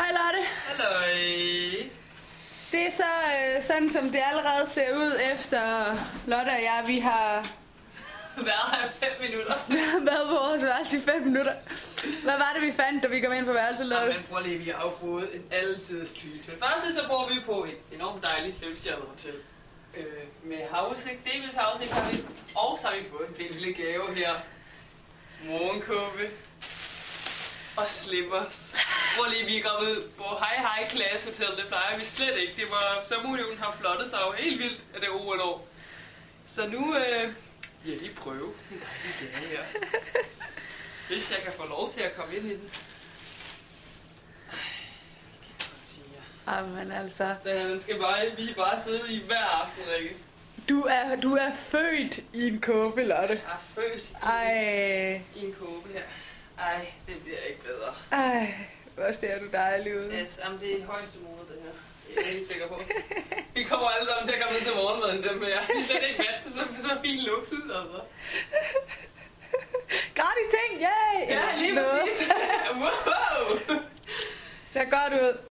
Hej Lotte. Halløj. Det er så sådan som det allerede ser ud efter Lotte og jeg, vi har været her i 5 minutter. været på vores værelse i 5 minutter. Hvad var det vi fandt, da vi kom ind på værelset, Lotte? Jamen prøv lige, vi har jo fået en altidens treat. Men først så bor vi på et enormt dejligt 5-stjernet hotel. Med havudsigt, delvis havudsigt har vi. Og så har vi fået en lille gave her. Morgenkåbe. Og slippers. Prøv lige, vi er kommet på high class hotel. Det plejer vi slet ikke. Det var sommerunionen har flottet sig jo helt vildt af det OL-år. Så nu vil jeg lige prøve en dejlig gave her. Hvis jeg kan få lov til at komme ind i den. Jamen altså. Den skal bare sidde i hver aften, Rikke. Du er født i en kåbe, Lotte. Jeg er født i en kåbe her. Ej, det bliver ikke bedre. Ej, hvor ser du dejlig ud. Yes, jamen det er højeste mode, det her. Det er jeg helt sikker på. Vi kommer alle sammen til at komme ned til morgenmaden, dem her. Vi er slet ikke vant til så fin luksus, altså. Gratis ting, yay! Ja, lige præcis. Wow! Ser godt ud.